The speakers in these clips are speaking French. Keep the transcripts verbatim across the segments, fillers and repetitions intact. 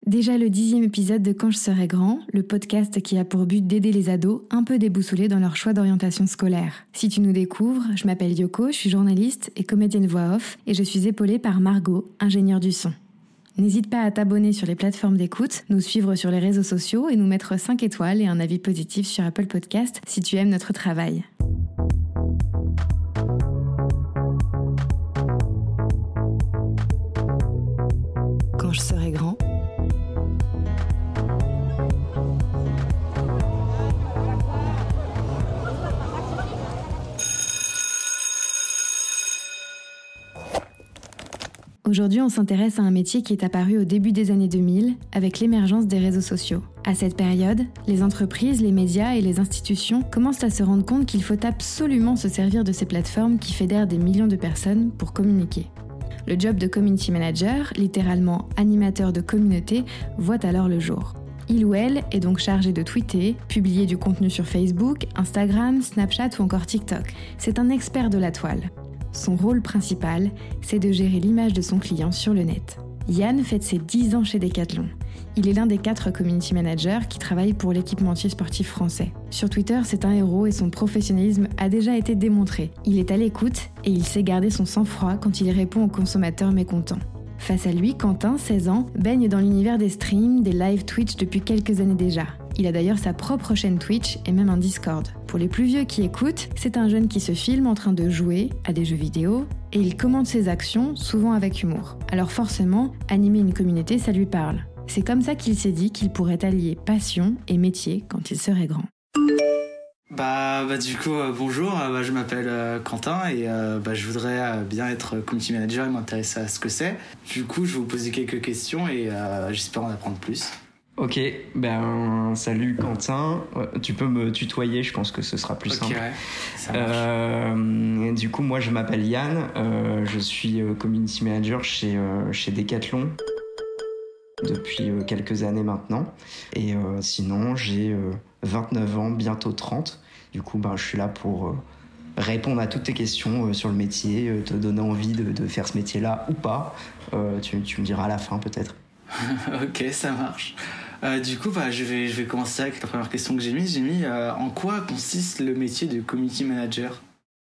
Déjà le dixième épisode de Quand je serai grand, le podcast qui a pour but d'aider les ados un peu déboussolés dans leur choix d'orientation scolaire. Si tu nous découvres, je m'appelle Yoko, je suis journaliste et comédienne voix off et je suis épaulée par Margot, ingénieure du son. N'hésite pas à t'abonner sur les plateformes d'écoute, nous suivre sur les réseaux sociaux et nous mettre cinq étoiles et un avis positif sur Apple Podcast si tu aimes notre travail. Quand je serai grand. Aujourd'hui, on s'intéresse à un métier qui est apparu au début des années deux mille avec l'émergence des réseaux sociaux. À cette période, les entreprises, les médias et les institutions commencent à se rendre compte qu'il faut absolument se servir de ces plateformes qui fédèrent des millions de personnes pour communiquer. Le job de community manager, littéralement animateur de communauté, voit alors le jour. Il ou elle est donc chargé de tweeter, publier du contenu sur Facebook, Instagram, Snapchat ou encore TikTok. C'est un expert de la toile. Son rôle principal, c'est de gérer l'image de son client sur le net. Yann fête ses dix ans chez Decathlon. Il est l'un des quatre community managers qui travaillent pour l'équipementier sportif français. Sur Twitter, c'est un héros et son professionnalisme a déjà été démontré. Il est à l'écoute et il sait garder son sang-froid quand il répond aux consommateurs mécontents. Face à lui, Quentin, seize ans, baigne dans l'univers des streams, des live Twitch depuis quelques années déjà. Il a d'ailleurs sa propre chaîne Twitch et même un Discord. Pour les plus vieux qui écoutent, c'est un jeune qui se filme en train de jouer à des jeux vidéo et il commente ses actions, souvent avec humour. Alors forcément, animer une communauté, ça lui parle. C'est comme ça qu'il s'est dit qu'il pourrait allier passion et métier quand il serait grand. Bah, bah du coup euh, bonjour, euh, bah, je m'appelle euh, Quentin et euh, bah, je voudrais euh, bien être community manager et m'intéresser à ce que c'est. Du coup je vais vous poser quelques questions et euh, j'espère en apprendre plus. Ok, ben salut Quentin, tu peux me tutoyer, je pense que ce sera plus okay, simple. Ouais, ça marche. Euh, du coup moi je m'appelle Yann, euh, je suis community manager chez, euh, chez Decathlon depuis euh, quelques années maintenant et euh, sinon j'ai euh, vingt-neuf ans, bientôt trente. Du coup, ben, je suis là pour euh, répondre à toutes tes questions euh, sur le métier, euh, te donner envie de, de faire ce métier-là ou pas. Euh, tu, tu me diras à la fin peut-être. Ok, ça marche. Euh, du coup, bah, je, vais, je vais commencer avec la première question que j'ai mise. J'ai mis euh, en quoi consiste le métier de community manager ?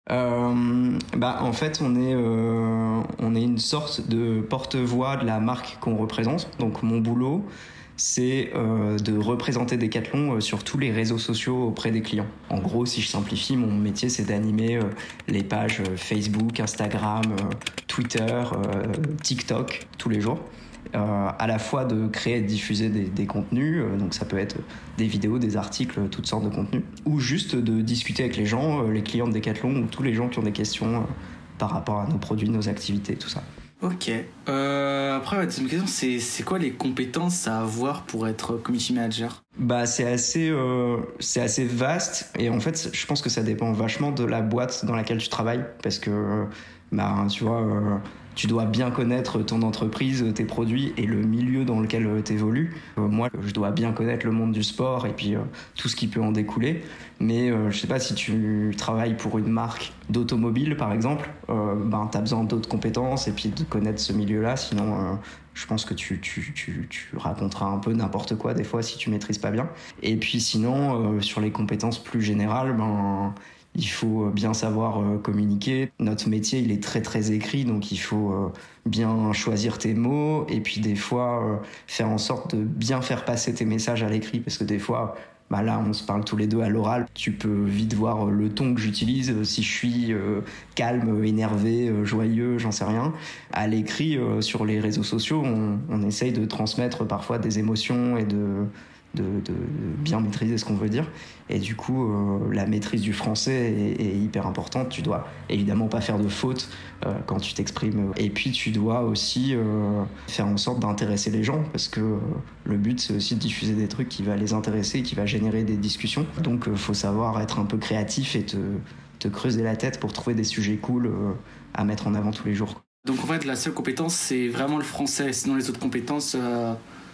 Euh, bah, en fait, on est, euh, on est une sorte de porte-voix de la marque qu'on représente. Donc, mon boulot, c'est euh, de représenter Decathlon euh, sur tous les réseaux sociaux auprès des clients. En gros, si je simplifie, mon métier, c'est d'animer euh, les pages euh, Facebook, Instagram, euh, Twitter, euh, TikTok tous les jours. Euh, à la fois de créer et de diffuser des, des contenus, euh, donc ça peut être des vidéos, des articles, toutes sortes de contenus, ou juste de discuter avec les gens, euh, les clients de Decathlon ou tous les gens qui ont des questions euh, par rapport à nos produits, nos activités, tout ça. Ok. Euh, après, ma deuxième question, c'est, c'est quoi les compétences à avoir pour être community manager ? Bah, c'est assez, euh, c'est assez vaste et en fait, je pense que ça dépend vachement de la boîte dans laquelle tu travailles parce que, bah, tu vois, euh, tu dois bien connaître ton entreprise, tes produits et le milieu dans lequel tu évolues. Euh, moi, je dois bien connaître le monde du sport et puis euh, tout ce qui peut en découler. Mais euh, je sais pas, si tu travailles pour une marque d'automobile, par exemple, euh, ben, tu as besoin d'autres compétences et puis de connaître ce milieu-là. Sinon, euh, je pense que tu, tu, tu, tu raconteras un peu n'importe quoi des fois si tu maîtrises pas bien. Et puis sinon, euh, sur les compétences plus générales, ben... il faut bien savoir euh, communiquer. Notre métier, il est très très écrit, donc il faut euh, bien choisir tes mots et puis des fois euh, faire en sorte de bien faire passer tes messages à l'écrit parce que des fois, bah là, on se parle tous les deux à l'oral. Tu peux vite voir euh, le ton que j'utilise, si je suis euh, calme, énervé, euh, joyeux, j'en sais rien. À l'écrit, euh, sur les réseaux sociaux, on, on essaye de transmettre parfois des émotions et de... De, de, de bien maîtriser ce qu'on veut dire et du coup euh, la maîtrise du français est, est hyper importante. Tu dois évidemment pas faire de fautes euh, quand tu t'exprimes et puis tu dois aussi euh, faire en sorte d'intéresser les gens parce que euh, le but c'est aussi de diffuser des trucs qui va les intéresser, qui va générer des discussions, donc euh, faut savoir être un peu créatif et te, te creuser la tête pour trouver des sujets cool euh, à mettre en avant tous les jours. Donc en fait la seule compétence c'est vraiment le français, sinon les autres compétences euh...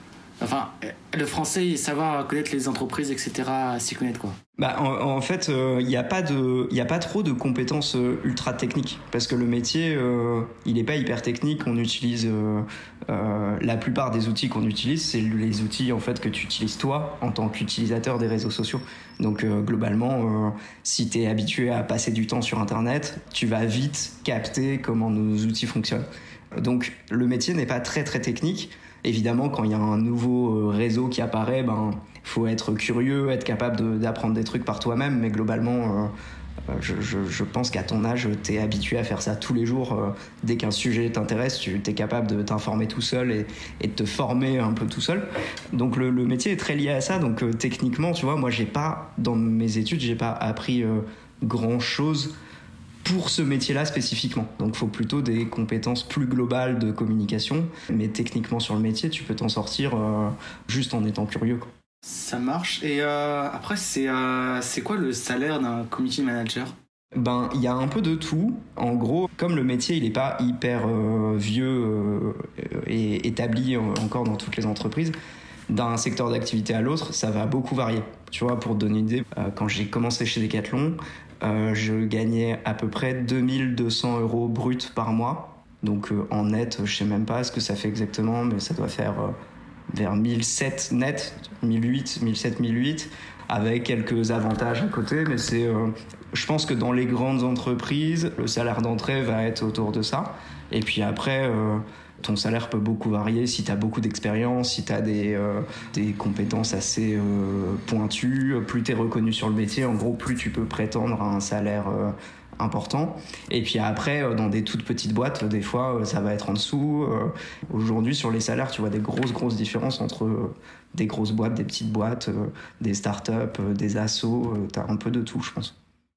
Enfin, le français, savoir connaître les entreprises, et cetera, s'y connaître, quoi. Bah, en, en fait, il euh, n'y a pas de, il y a pas trop de compétences euh, ultra techniques parce que le métier, euh, il n'est pas hyper technique. On utilise euh, euh, la plupart des outils qu'on utilise, c'est les outils en fait que tu utilises toi en tant qu'utilisateur des réseaux sociaux. Donc euh, globalement, euh, si tu es habitué à passer du temps sur Internet, tu vas vite capter comment nos outils fonctionnent. Donc le métier n'est pas très très technique. Évidemment, quand il y a un nouveau réseau qui apparaît, ben, faut être curieux, être capable de, d'apprendre des trucs par toi-même. Mais globalement, euh, je, je, je pense qu'à ton âge, t'es habitué à faire ça tous les jours. Euh, dès qu'un sujet t'intéresse, tu es capable de t'informer tout seul et, et de te former un peu tout seul. Donc le, le métier est très lié à ça. Donc euh, techniquement, tu vois, moi, j'ai pas, dans mes études, j'ai pas appris euh, grand-chose pour ce métier-là spécifiquement. Donc il faut plutôt des compétences plus globales de communication, mais techniquement sur le métier, tu peux t'en sortir euh, juste en étant curieux, quoi. Ça marche. Et euh, après, c'est, euh, c'est quoi le salaire d'un community manager ? Ben, il y a un peu de tout. En gros, comme le métier, il n'est pas hyper euh, vieux euh, et établi encore dans toutes les entreprises, d'un secteur d'activité à l'autre, ça va beaucoup varier. Tu vois, pour te donner une idée, euh, quand j'ai commencé chez Decathlon, Euh, je gagnais à peu près deux mille deux cents euros bruts par mois. Donc euh, en net, je sais même pas ce que ça fait exactement, mais ça doit faire euh, vers mille sept net, mille huit, mille sept, mille huit, avec quelques avantages à côté. Mais c'est, euh, je pense que dans les grandes entreprises, le salaire d'entrée va être autour de ça. Et puis après, euh, ton salaire peut beaucoup varier si tu as beaucoup d'expérience, si tu as des, euh, des compétences assez euh, pointues, plus tu es reconnu sur le métier, en gros, plus tu peux prétendre à un salaire euh, important. Et puis après, euh, dans des toutes petites boîtes, des fois, euh, ça va être en dessous. Euh, aujourd'hui, sur les salaires, tu vois des grosses, grosses différences entre euh, des grosses boîtes, des petites boîtes, euh, des startups, euh, des assos. Euh, tu as un peu de tout, je pense.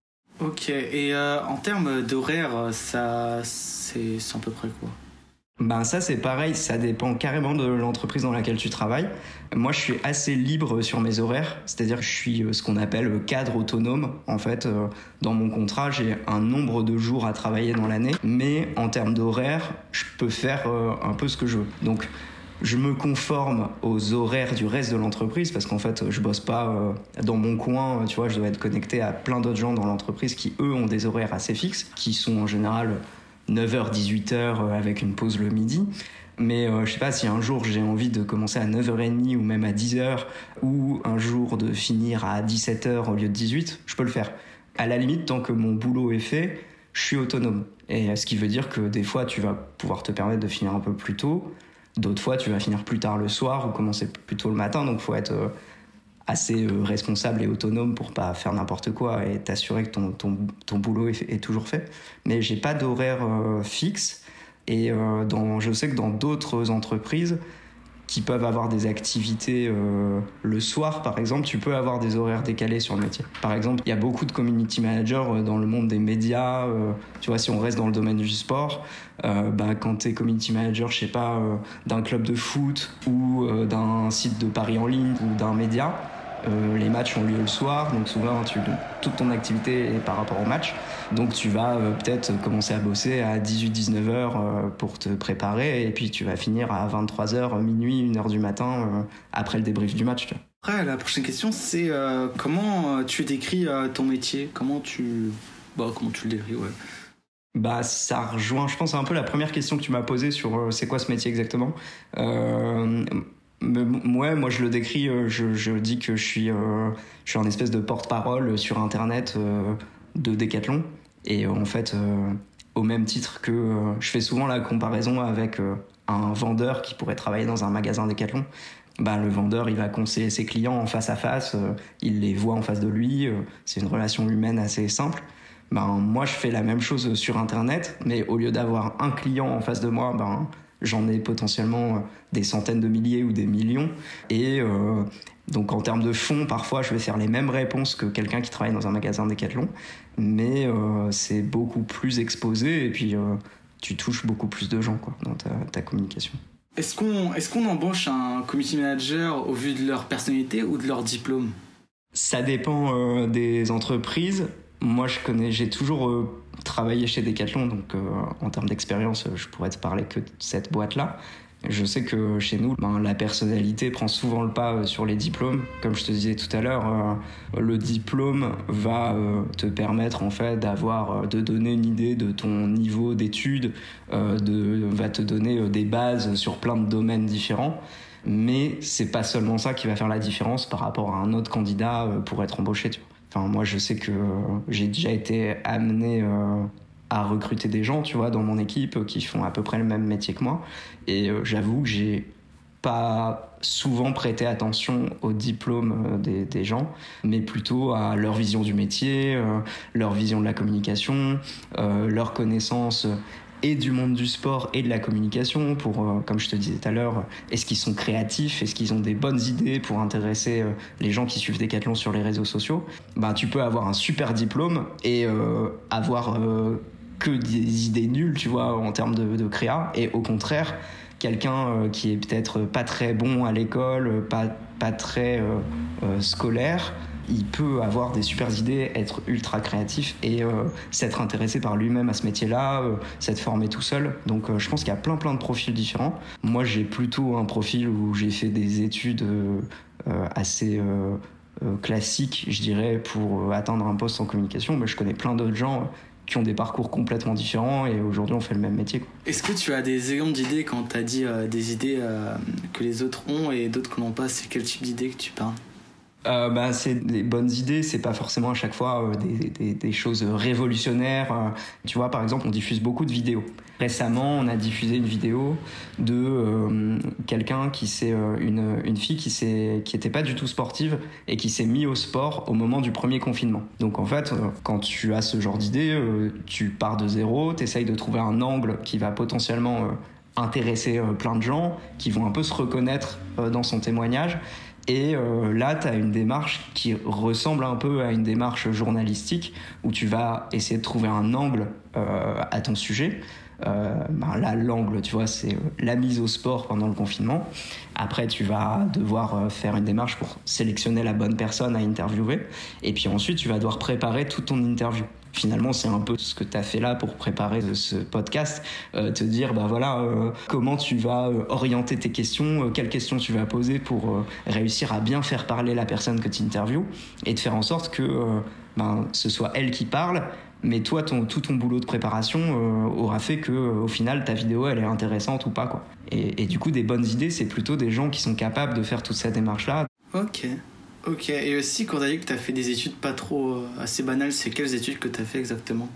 Ok, et euh, en termes d'horaire, ça, c'est, c'est à peu près quoi ? Ben ça c'est pareil, ça dépend carrément de l'entreprise dans laquelle tu travailles. Moi je suis assez libre sur mes horaires, c'est-à-dire que je suis ce qu'on appelle cadre autonome. En fait, dans mon contrat, j'ai un nombre de jours à travailler dans l'année, mais en termes d'horaire, je peux faire un peu ce que je veux. Donc je me conforme aux horaires du reste de l'entreprise parce qu'en fait je bosse pas dans mon coin, tu vois, je dois être connecté à plein d'autres gens dans l'entreprise qui eux ont des horaires assez fixes, qui sont en général neuf heures dix-huit heures avec une pause le midi. Mais euh, je sais pas, si un jour j'ai envie de commencer à neuf heures trente ou même à dix heures, ou un jour de finir à dix-sept heures au lieu de dix-huit, je peux le faire. À la limite, tant que mon boulot est fait, je suis autonome. Et ce qui veut dire que des fois tu vas pouvoir te permettre de finir un peu plus tôt, d'autres fois tu vas finir plus tard le soir ou commencer plus tôt le matin, donc il faut être euh, assez euh, responsable et autonome pour pas faire n'importe quoi et t'assurer que ton, ton, ton boulot est, est toujours fait. Mais j'ai pas d'horaire euh, fixe et euh, dans, je sais que dans d'autres entreprises qui peuvent avoir des activités euh, le soir par exemple, tu peux avoir des horaires décalés sur le métier. Par exemple, il y a beaucoup de community managers dans le monde des médias, euh, tu vois, si on reste dans le domaine du sport, euh, bah, quand t'es community manager, je sais pas, euh, d'un club de foot ou euh, d'un site de paris en ligne ou d'un média, Euh, les matchs ont lieu le soir, donc souvent tu, toute ton activité est par rapport au match. Donc tu vas euh, peut-être commencer à bosser à dix-huit dix-neuf heures euh, pour te préparer et puis tu vas finir à vingt-trois heures, minuit, une heure du matin euh, après le débrief du match. Tu vois. Après, la prochaine question, c'est euh, comment tu décris euh, ton métier ? Comment tu... Bah, comment tu le décris, ouais. Bah, ça rejoint, je pense, un peu la première question que tu m'as posée sur euh, c'est quoi ce métier exactement. Euh, Mais, ouais, moi je le décris, je, je dis que je suis, euh, je suis un espèce de porte-parole sur internet euh, de Decathlon. Et euh, en fait, euh, au même titre que euh, je fais souvent la comparaison avec euh, un vendeur qui pourrait travailler dans un magasin Decathlon. Bah, le vendeur, il va conseiller ses clients en face à face, euh, il les voit en face de lui, euh, c'est une relation humaine assez simple. Bah, moi je fais la même chose sur internet, mais au lieu d'avoir un client en face de moi, bah, j'en ai potentiellement des centaines de milliers ou des millions. Et euh, donc en termes de fonds, parfois je vais faire les mêmes réponses que quelqu'un qui travaille dans un magasin Decathlon, mais euh, c'est beaucoup plus exposé et puis euh, tu touches beaucoup plus de gens quoi, dans ta, ta communication. Est-ce qu'on, est-ce qu'on embauche un community manager au vu de leur personnalité ou de leur diplôme ? Ça dépend euh, des entreprises. Moi, je connais, j'ai toujours euh, travaillé chez Decathlon, donc euh, en termes d'expérience, je pourrais te parler que de cette boîte-là. Je sais que chez nous, ben, la personnalité prend souvent le pas sur les diplômes. Comme je te disais tout à l'heure, euh, le diplôme va euh, te permettre en fait d'avoir, de donner une idée de ton niveau d'études, euh, de, va te donner des bases sur plein de domaines différents. Mais c'est pas seulement ça qui va faire la différence par rapport à un autre candidat pour être embauché. Tu vois. Enfin, moi, je sais que j'ai déjà été amené euh, à recruter des gens, tu vois, dans mon équipe qui font à peu près le même métier que moi. Et euh, j'avoue que j'ai pas souvent prêté attention au diplôme des, des gens, mais plutôt à leur vision du métier, euh, leur vision de la communication, euh, leur connaissance et du monde du sport et de la communication pour, euh, comme je te disais tout à l'heure, est-ce qu'ils sont créatifs, est-ce qu'ils ont des bonnes idées pour intéresser euh, les gens qui suivent Decathlon sur les réseaux sociaux. Ben, tu peux avoir un super diplôme et euh, avoir euh, que des idées nulles, tu vois, en termes de, de créa, et au contraire, quelqu'un euh, qui est peut-être pas très bon à l'école, pas, pas très euh, euh, scolaire, il peut avoir des super idées, être ultra créatif et euh, s'être intéressé par lui-même à ce métier-là, euh, s'être formé tout seul. Donc euh, je pense qu'il y a plein plein de profils différents. Moi, j'ai plutôt un profil où j'ai fait des études euh, euh, assez euh, euh, classiques, je dirais, pour atteindre un poste en communication. Mais je connais plein d'autres gens euh, qui ont des parcours complètement différents et aujourd'hui on fait le même métier, quoi. Est-ce que tu as des exemples d'idées quand tu as dit euh, des idées euh, que les autres ont et d'autres que n'ont pas? C'est quel type d'idées que tu parles? Euh, bah, c'est des bonnes idées, c'est pas forcément à chaque fois euh, des, des, des choses révolutionnaires. Euh, tu vois, par exemple, on diffuse beaucoup de vidéos. Récemment, on a diffusé une vidéo de euh, quelqu'un qui s'est, euh, une, une fille qui s'est, qui était pas du tout sportive et qui s'est mis au sport au moment du premier confinement. Donc en fait, euh, quand tu as ce genre d'idée, euh, tu pars de zéro, t'essayes de trouver un angle qui va potentiellement euh, intéresser euh, plein de gens, qui vont un peu se reconnaître euh, dans son témoignage. Et euh, là, tu as une démarche qui ressemble un peu à une démarche journalistique où tu vas essayer de trouver un angle euh, à ton sujet. Euh, ben là, l'angle, tu vois, c'est la mise au sport pendant le confinement. Après, tu vas devoir faire une démarche pour sélectionner la bonne personne à interviewer. Et puis ensuite, tu vas devoir préparer toute ton interview. Finalement, c'est un peu ce que tu as fait là pour préparer ce podcast, euh, te dire bah voilà euh, comment tu vas euh, orienter tes questions, euh, quelles questions tu vas poser pour euh, réussir à bien faire parler la personne que tu interviews et de faire en sorte que euh, ben, ce soit elle qui parle, mais toi ton, tout ton boulot de préparation euh, aura fait que euh, au final ta vidéo elle est intéressante ou pas, quoi. Et, et du coup, des bonnes idées, c'est plutôt des gens qui sont capables de faire toute cette démarche là. Ok. Ok, et aussi quand t'as dit que t'as fait des études pas trop euh, assez banales, c'est quelles études que t'as fait exactement?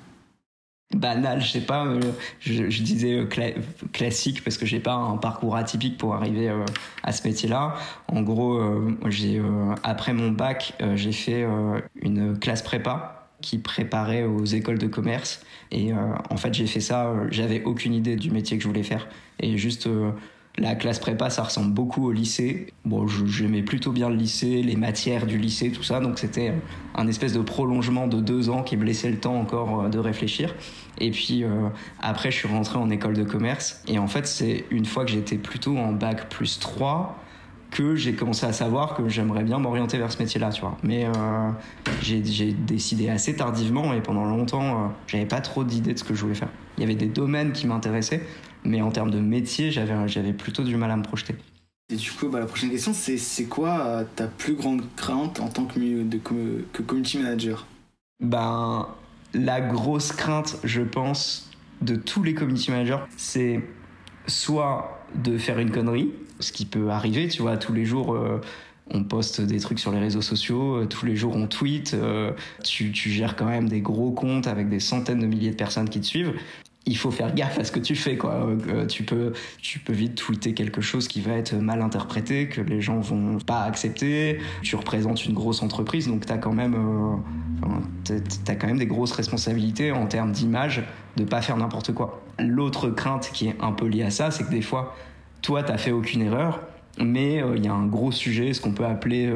Banal, je sais pas, euh, je, je disais cla- classique parce que j'ai pas un parcours atypique pour arriver euh, à ce métier-là. En gros, euh, j'ai, euh, après mon bac, euh, j'ai fait euh, une classe prépa qui préparait aux écoles de commerce. Et euh, en fait, j'ai fait ça, euh, j'avais aucune idée du métier que je voulais faire. Et juste... Euh, La classe prépa, ça ressemble beaucoup au lycée. Bon, je, j'aimais plutôt bien le lycée, les matières du lycée, tout ça. Donc c'était un espèce de prolongement de deux ans qui me laissait le temps encore de réfléchir. Et puis euh, après, je suis rentré en école de commerce. Et en fait, c'est une fois que j'étais plutôt en bac plus trois que j'ai commencé à savoir que j'aimerais bien m'orienter vers ce métier-là, tu vois. Mais euh, j'ai, j'ai décidé assez tardivement et pendant longtemps, euh, j'avais pas trop d'idées de ce que je voulais faire. Il y avait des domaines qui m'intéressaient, mais en termes de métier, j'avais, j'avais plutôt du mal à me projeter. Et du coup, bah, la prochaine question, c'est, c'est quoi euh, ta plus grande crainte en tant que, de, que community manager? Ben, la grosse crainte, je pense, de tous les community managers, c'est soit de faire une connerie, ce qui peut arriver, tu vois, tous les jours... Euh, on poste des trucs sur les réseaux sociaux, euh, tous les jours on tweet, euh, tu, tu gères quand même des gros comptes avec des centaines de milliers de personnes qui te suivent. Il faut faire gaffe à ce que tu fais, quoi. Euh, tu peux, tu peux vite tweeter quelque chose qui va être mal interprété, que les gens vont pas accepter. Tu représentes une grosse entreprise, donc t'as quand même, euh, enfin, t'as, t'as quand même des grosses responsabilités en termes d'image, de pas faire n'importe quoi. L'autre crainte qui est un peu liée à ça, c'est que des fois, toi, t'as fait aucune erreur, mais il euh, y a un gros sujet, ce qu'on peut appeler euh,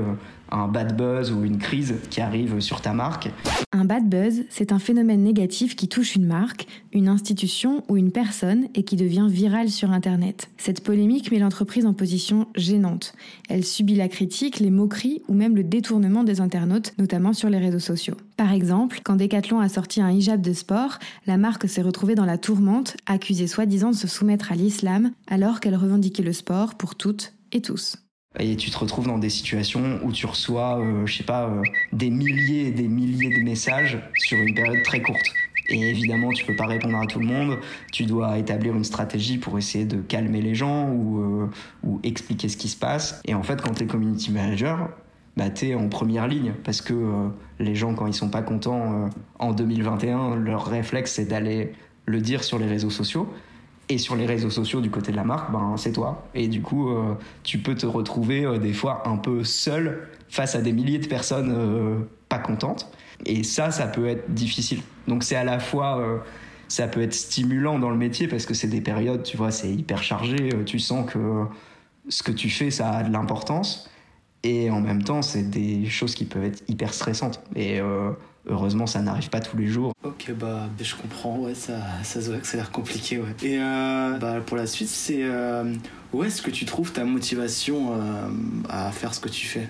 un bad buzz ou une crise qui arrive sur ta marque. Un bad buzz, c'est un phénomène négatif qui touche une marque, une institution ou une personne et qui devient viral sur Internet. Cette polémique met l'entreprise en position gênante. Elle subit la critique, les moqueries ou même le détournement des internautes, notamment sur les réseaux sociaux. Par exemple, quand Decathlon a sorti un hijab de sport, la marque s'est retrouvée dans la tourmente, accusée soi-disant de se soumettre à l'islam alors qu'elle revendiquait le sport pour toutes et tous. Et tu te retrouves dans des situations où tu reçois, euh, je sais pas, euh, des milliers et des milliers de messages sur une période très courte. Et évidemment, tu peux pas répondre à tout le monde. Tu dois établir une stratégie pour essayer de calmer les gens ou, euh, ou expliquer ce qui se passe. Et en fait, quand t'es community manager, bah t'es en première ligne parce que euh, les gens, quand ils sont pas contents euh, en deux mille vingt et un, leur réflexe c'est d'aller le dire sur les réseaux sociaux. Et sur les réseaux sociaux du côté de la marque, ben, c'est toi. Et du coup, euh, tu peux te retrouver euh, des fois un peu seul face à des milliers de personnes euh, pas contentes. Et ça, ça peut être difficile. Donc c'est à la fois, euh, ça peut être stimulant dans le métier parce que c'est des périodes, tu vois, c'est hyper chargé. Euh, tu sens que euh, ce que tu fais, ça a de l'importance. Et en même temps, c'est des choses qui peuvent être hyper stressantes. Et euh, heureusement, ça n'arrive pas tous les jours. Ok, bah, je comprends, ouais, ça, ça se voit que ça a l'air compliqué, ouais. Et euh, bah, pour la suite, c'est euh, où est-ce que tu trouves ta motivation euh, à faire ce que tu fais ?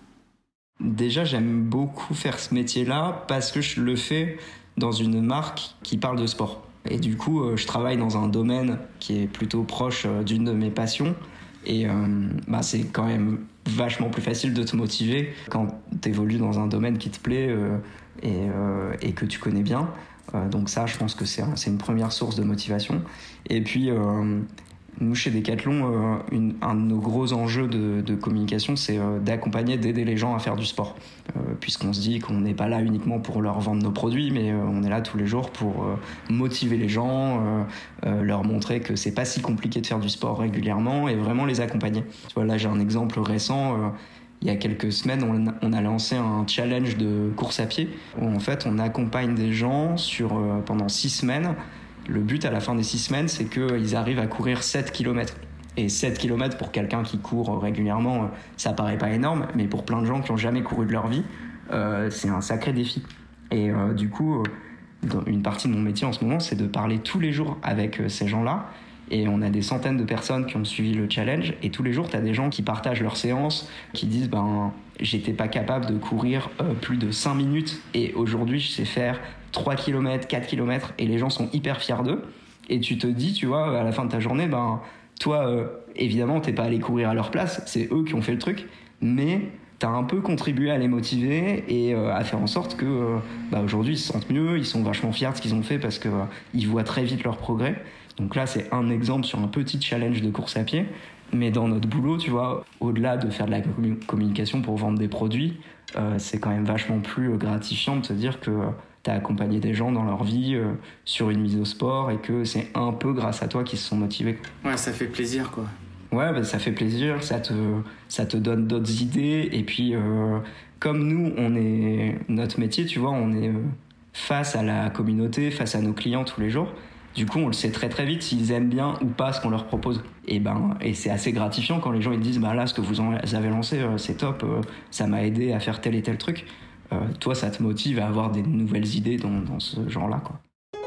Déjà, j'aime beaucoup faire ce métier-là parce que je le fais dans une marque qui parle de sport. Et du coup, je travaille dans un domaine qui est plutôt proche d'une de mes passions. Et euh, bah, c'est quand même vachement plus facile de te motiver quand tu évolues dans un domaine qui te plaît euh, et, euh, et que tu connais bien. Euh, donc ça, je pense que c'est, un, c'est une première source de motivation. Et puis, euh, nous, chez Decathlon, euh, une, un de nos gros enjeux de, de communication, c'est euh, d'accompagner, d'aider les gens à faire du sport. Euh, puisqu'on se dit qu'on n'est pas là uniquement pour leur vendre nos produits, mais euh, on est là tous les jours pour euh, motiver les gens, euh, euh, leur montrer que c'est pas si compliqué de faire du sport régulièrement et vraiment les accompagner. Tu vois, là, j'ai un exemple récent. Euh, il y a quelques semaines, on a, on a lancé un challenge de course à pied où en fait, on accompagne des gens sur, euh, pendant six semaines. Le but à la fin des six semaines, c'est qu'ils arrivent à courir sept kilomètres. Et sept kilomètres pour quelqu'un qui court régulièrement, ça paraît pas énorme, mais pour plein de gens qui n'ont jamais couru de leur vie, euh, c'est un sacré défi. Et euh, du coup, euh, une partie de mon métier en ce moment, c'est de parler tous les jours avec euh, ces gens-là. Et on a des centaines de personnes qui ont suivi le challenge. Et tous les jours, tu as des gens qui partagent leurs séances, qui disent ben, « j'étais pas capable de courir euh, plus de cinq minutes et aujourd'hui, je sais faire trois kilomètres, quatre kilomètres. » Et les gens sont hyper fiers d'eux. Et tu te dis, tu vois, à la fin de ta journée, ben, toi, euh, évidemment, t'es pas allé courir à leur place. C'est eux qui ont fait le truc. Mais t'as un peu contribué à les motiver et euh, à faire en sorte que euh, bah, aujourd'hui, ils se sentent mieux. Ils sont vachement fiers de ce qu'ils ont fait parce qu'ils euh, voient très vite leur progrès. Donc là, c'est un exemple sur un petit challenge de course à pied. Mais dans notre boulot, tu vois, au-delà de faire de la communication pour vendre des produits, euh, c'est quand même vachement plus gratifiant de te dire que euh, tu as accompagné des gens dans leur vie euh, sur une mise au sport et que c'est un peu grâce à toi qu'ils se sont motivés. Ouais, ça fait plaisir, quoi. Ouais, bah, ça fait plaisir, ça te, ça te donne d'autres idées. Et puis, euh, comme nous, on est notre métier, tu vois, on est euh, face à la communauté, face à nos clients tous les jours. Du coup, on le sait très très vite s'ils aiment bien ou pas ce qu'on leur propose. Et, ben, et c'est assez gratifiant quand les gens ils disent bah là, ce que vous avez lancé, euh, c'est top, euh, ça m'a aidé à faire tel et tel truc. Euh, toi, ça te motive à avoir des nouvelles idées dans, dans ce genre-là, quoi.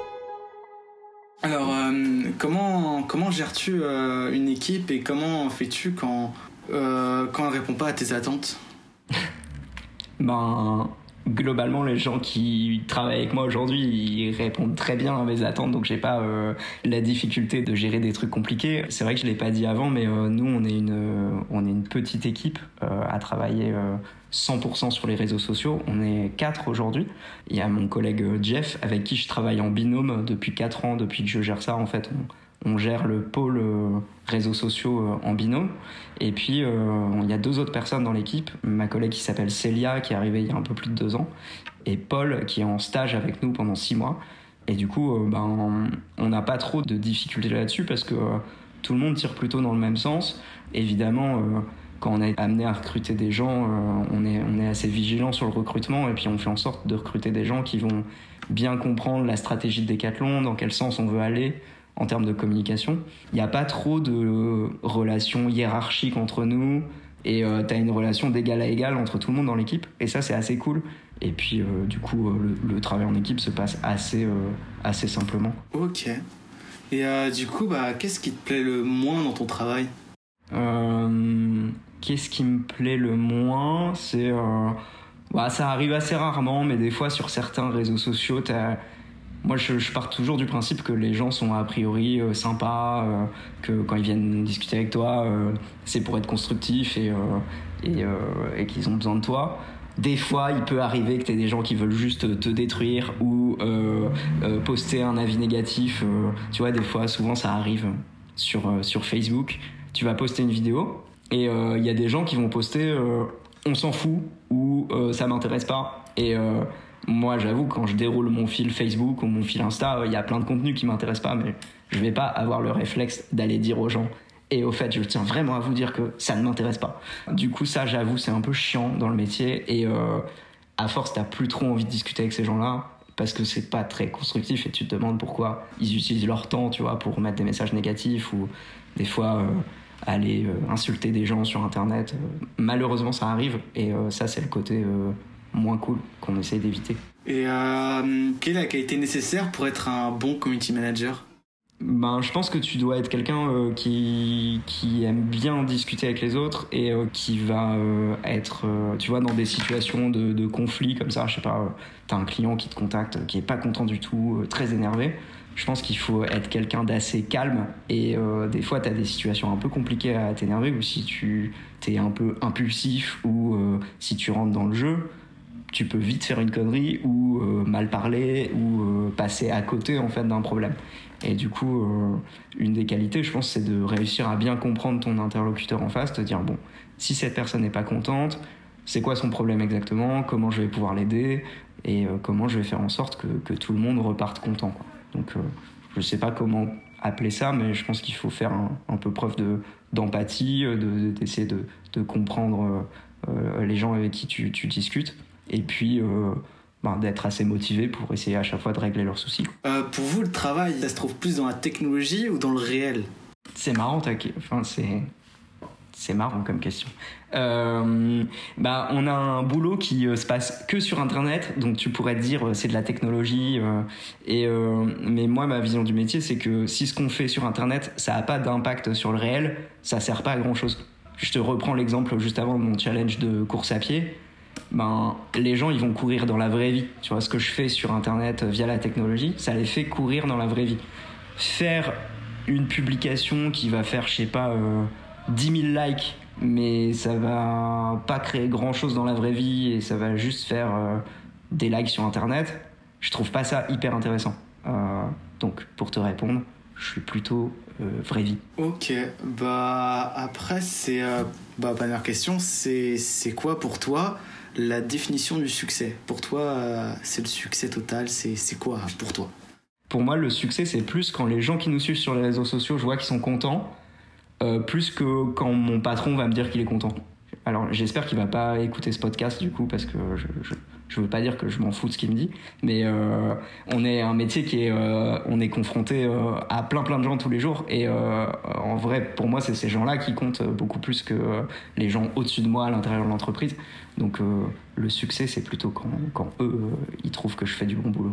Alors, euh, comment, comment gères-tu euh, une équipe et comment fais-tu quand, euh, quand elle ne répond pas à tes attentes ? Ben... Globalement, les gens qui travaillent avec moi aujourd'hui, ils répondent très bien à mes attentes, donc j'ai pas euh, la difficulté de gérer des trucs compliqués. C'est vrai que je l'ai pas dit avant, mais euh, nous, on est une, euh, on est une petite équipe euh, à travailler euh, cent pour cent sur les réseaux sociaux. On est quatre aujourd'hui. Il y a mon collègue Jeff, avec qui je travaille en binôme depuis quatre ans, depuis que je gère ça. En fait, on, on gère le pôle euh, réseaux sociaux euh, en binôme. Et puis, euh, il y a deux autres personnes dans l'équipe. Ma collègue qui s'appelle Célia, qui est arrivée il y a un peu plus de deux ans, et Paul, qui est en stage avec nous pendant six mois. Et du coup, euh, ben, on n'a pas trop de difficultés là-dessus parce que euh, tout le monde tire plutôt dans le même sens. Évidemment, euh, quand on est amené à recruter des gens, euh, on est, on est assez vigilant sur le recrutement et puis on fait en sorte de recruter des gens qui vont bien comprendre la stratégie de Decathlon, dans quel sens on veut aller en termes de communication. Il n'y a pas trop de relations hiérarchiques entre nous. et euh, t'as une relation d'égal à égal entre tout le monde dans l'équipe, et ça c'est assez cool. Et puis euh, du coup euh, le, le travail en équipe se passe assez, euh, assez simplement. Ok. Et euh, du coup, bah, qu'est-ce qui te plaît le moins dans ton travail ? euh, Qu'est-ce qui me plaît le moins ? C'est... Euh, bah, ça arrive assez rarement, mais des fois sur certains réseaux sociaux, t'as... Moi, je, je pars toujours du principe que les gens sont a priori euh, sympas, euh, que quand ils viennent discuter avec toi, euh, c'est pour être constructif et, euh, et, euh, et qu'ils ont besoin de toi. Des fois, il peut arriver que tu aies des gens qui veulent juste te détruire ou euh, euh, poster un avis négatif. Euh, tu vois, des fois, souvent, ça arrive sur, euh, sur Facebook. Tu vas poster une vidéo et il euh, y a des gens qui vont poster euh, « on s'en fout » ou euh, « ça m'intéresse pas ». Et euh, moi, j'avoue, quand je déroule mon fil Facebook ou mon fil Insta, il y a plein de contenus qui m'intéressent pas, mais je vais pas avoir le réflexe d'aller dire aux gens « et au fait, je tiens vraiment à vous dire que ça ne m'intéresse pas ». Du coup, ça, j'avoue, c'est un peu chiant dans le métier, et euh, à force, t'as plus trop envie de discuter avec ces gens-là, parce que c'est pas très constructif, et tu te demandes pourquoi ils utilisent leur temps, tu vois, pour mettre des messages négatifs, ou des fois euh, aller euh, insulter des gens sur Internet. Malheureusement, ça arrive, et euh, ça, c'est le côté... Euh, moins cool qu'on essaye d'éviter. Et euh, quelle est la qualité nécessaire pour être un bon community manager ? Ben, je pense que tu dois être quelqu'un euh, qui, qui aime bien discuter avec les autres et euh, qui va euh, être, euh, tu vois, dans des situations de, de conflit comme ça, je sais pas, euh, t'as un client qui te contacte, qui est pas content du tout, euh, très énervé. Je pense qu'il faut être quelqu'un d'assez calme, et euh, des fois t'as des situations un peu compliquées à t'énerver, ou si tu t'es un peu impulsif, ou euh, si tu rentres dans le jeu, tu peux vite faire une connerie ou euh, mal parler ou euh, passer à côté en fait d'un problème. Et du coup, euh, une des qualités, je pense, c'est de réussir à bien comprendre ton interlocuteur en face, te dire bon, si cette personne n'est pas contente, c'est quoi son problème exactement, comment je vais pouvoir l'aider et euh, comment je vais faire en sorte que, que tout le monde reparte content, quoi. Donc, euh, je sais pas comment appeler ça, mais je pense qu'il faut faire un, un peu preuve de, d'empathie, de, d'essayer de, de comprendre euh, les gens avec qui tu, tu discutes. Et puis euh, ben, d'être assez motivé pour essayer à chaque fois de régler leurs soucis. Euh, pour vous, le travail, ça se trouve plus dans la technologie ou dans le réel ? C'est marrant, t'as... enfin, c'est... c'est marrant comme question. Euh, bah, on a un boulot qui euh, se passe que sur Internet, donc tu pourrais te dire euh, c'est de la technologie. Euh, et, euh, mais moi, ma vision du métier, c'est que si ce qu'on fait sur Internet, ça n'a pas d'impact sur le réel, ça sert pas à grand-chose. Je te reprends l'exemple juste avant de mon challenge de course à pied. Ben, les gens ils vont courir dans la vraie vie. Tu vois, ce que je fais sur Internet via la technologie, ça les fait courir dans la vraie vie. Faire une publication qui va faire, je sais pas, euh, dix mille likes, mais ça va pas créer grand chose dans la vraie vie et ça va juste faire euh, des likes sur Internet, je trouve pas ça hyper intéressant. Euh, donc, pour te répondre, je suis plutôt euh, vraie vie. Ok, bah après, c'est. Euh, bah, première question, c'est, c'est quoi pour toi la définition du succès ? Pour toi, euh, c'est le succès total, c'est, c'est quoi pour toi ? Pour moi, le succès, c'est plus quand les gens qui nous suivent sur les réseaux sociaux, je vois qu'ils sont contents, euh, plus que quand mon patron va me dire qu'il est content. Alors, j'espère qu'il va pas écouter ce podcast, du coup, parce que je, je, je veux pas dire que je m'en fous de ce qu'il me dit, mais euh, on est un métier qui est... Euh, on est confronté euh, à plein plein de gens tous les jours, et euh, en vrai, pour moi, c'est ces gens-là qui comptent beaucoup plus que euh, les gens au-dessus de moi à l'intérieur de l'entreprise. Donc, euh, le succès, c'est plutôt quand, quand eux, euh, ils trouvent que je fais du bon boulot.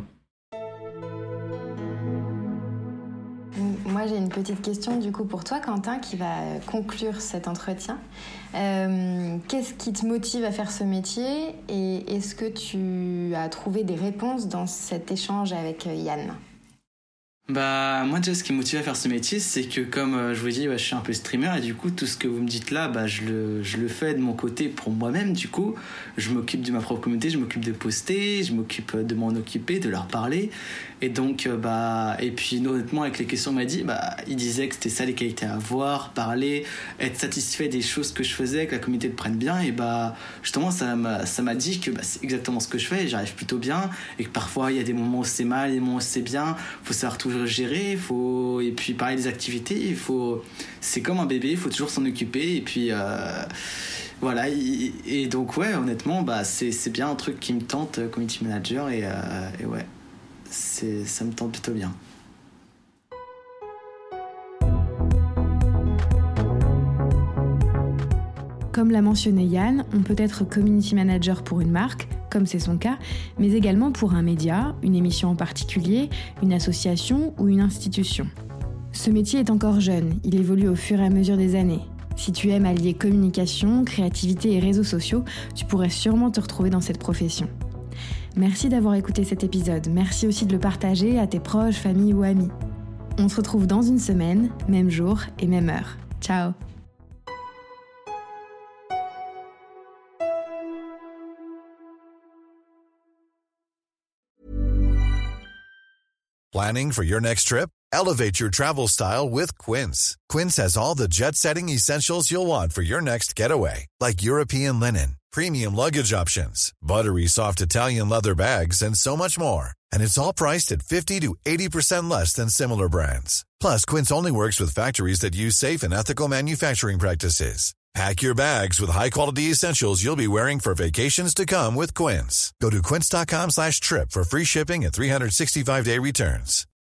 Moi, j'ai une petite question du coup pour toi, Quentin, qui va conclure cet entretien. Euh, qu'est-ce qui te motive à faire ce métier et est-ce que tu as trouvé des réponses dans cet échange avec Yann ? Bah moi déjà ce qui me motive à faire ce métier c'est que comme euh, je vous dis ouais, je suis un peu streamer et du coup tout ce que vous me dites là bah, je, le, je le fais de mon côté pour moi-même. Du coup je m'occupe de ma propre communauté, je m'occupe de poster, je m'occupe de m'en occuper, de leur parler et donc euh, bah et puis honnêtement avec les questions qu'on m'a dit bah il disait que c'était ça les qualités à avoir, parler, être satisfait des choses que je faisais, que la communauté le prenne bien et bah justement ça m'a, ça m'a dit que bah, c'est exactement ce que je fais et j'arrive plutôt bien et que parfois il y a des moments où c'est mal, des moments où c'est bien, faut savoir toujours gérer, il faut et puis pareil des activités, il faut c'est comme un bébé, il faut toujours s'en occuper et puis euh, voilà et, et donc ouais honnêtement bah c'est c'est bien un truc qui me tente community manager et, euh, et ouais c'est ça me tente plutôt bien. Comme l'a mentionné Yann, on peut être community manager pour une marque, comme c'est son cas, mais également pour un média, une émission en particulier, une association ou une institution. Ce métier est encore jeune, il évolue au fur et à mesure des années. Si tu aimes allier communication, créativité et réseaux sociaux, tu pourrais sûrement te retrouver dans cette profession. Merci d'avoir écouté cet épisode, merci aussi de le partager à tes proches, familles ou amis. On se retrouve dans une semaine, même jour et même heure. Ciao! Planning for your next trip? Elevate your travel style with Quince. Quince has all the jet-setting essentials you'll want for your next getaway, like European linen, premium luggage options, buttery soft Italian leather bags, and so much more. And it's all priced at fifty to eighty percent less than similar brands. Plus, Quince only works with factories that use safe and ethical manufacturing practices. Pack your bags with high-quality essentials you'll be wearing for vacations to come with Quince. Go to quince.com slash trip for free shipping and three sixty-five day returns.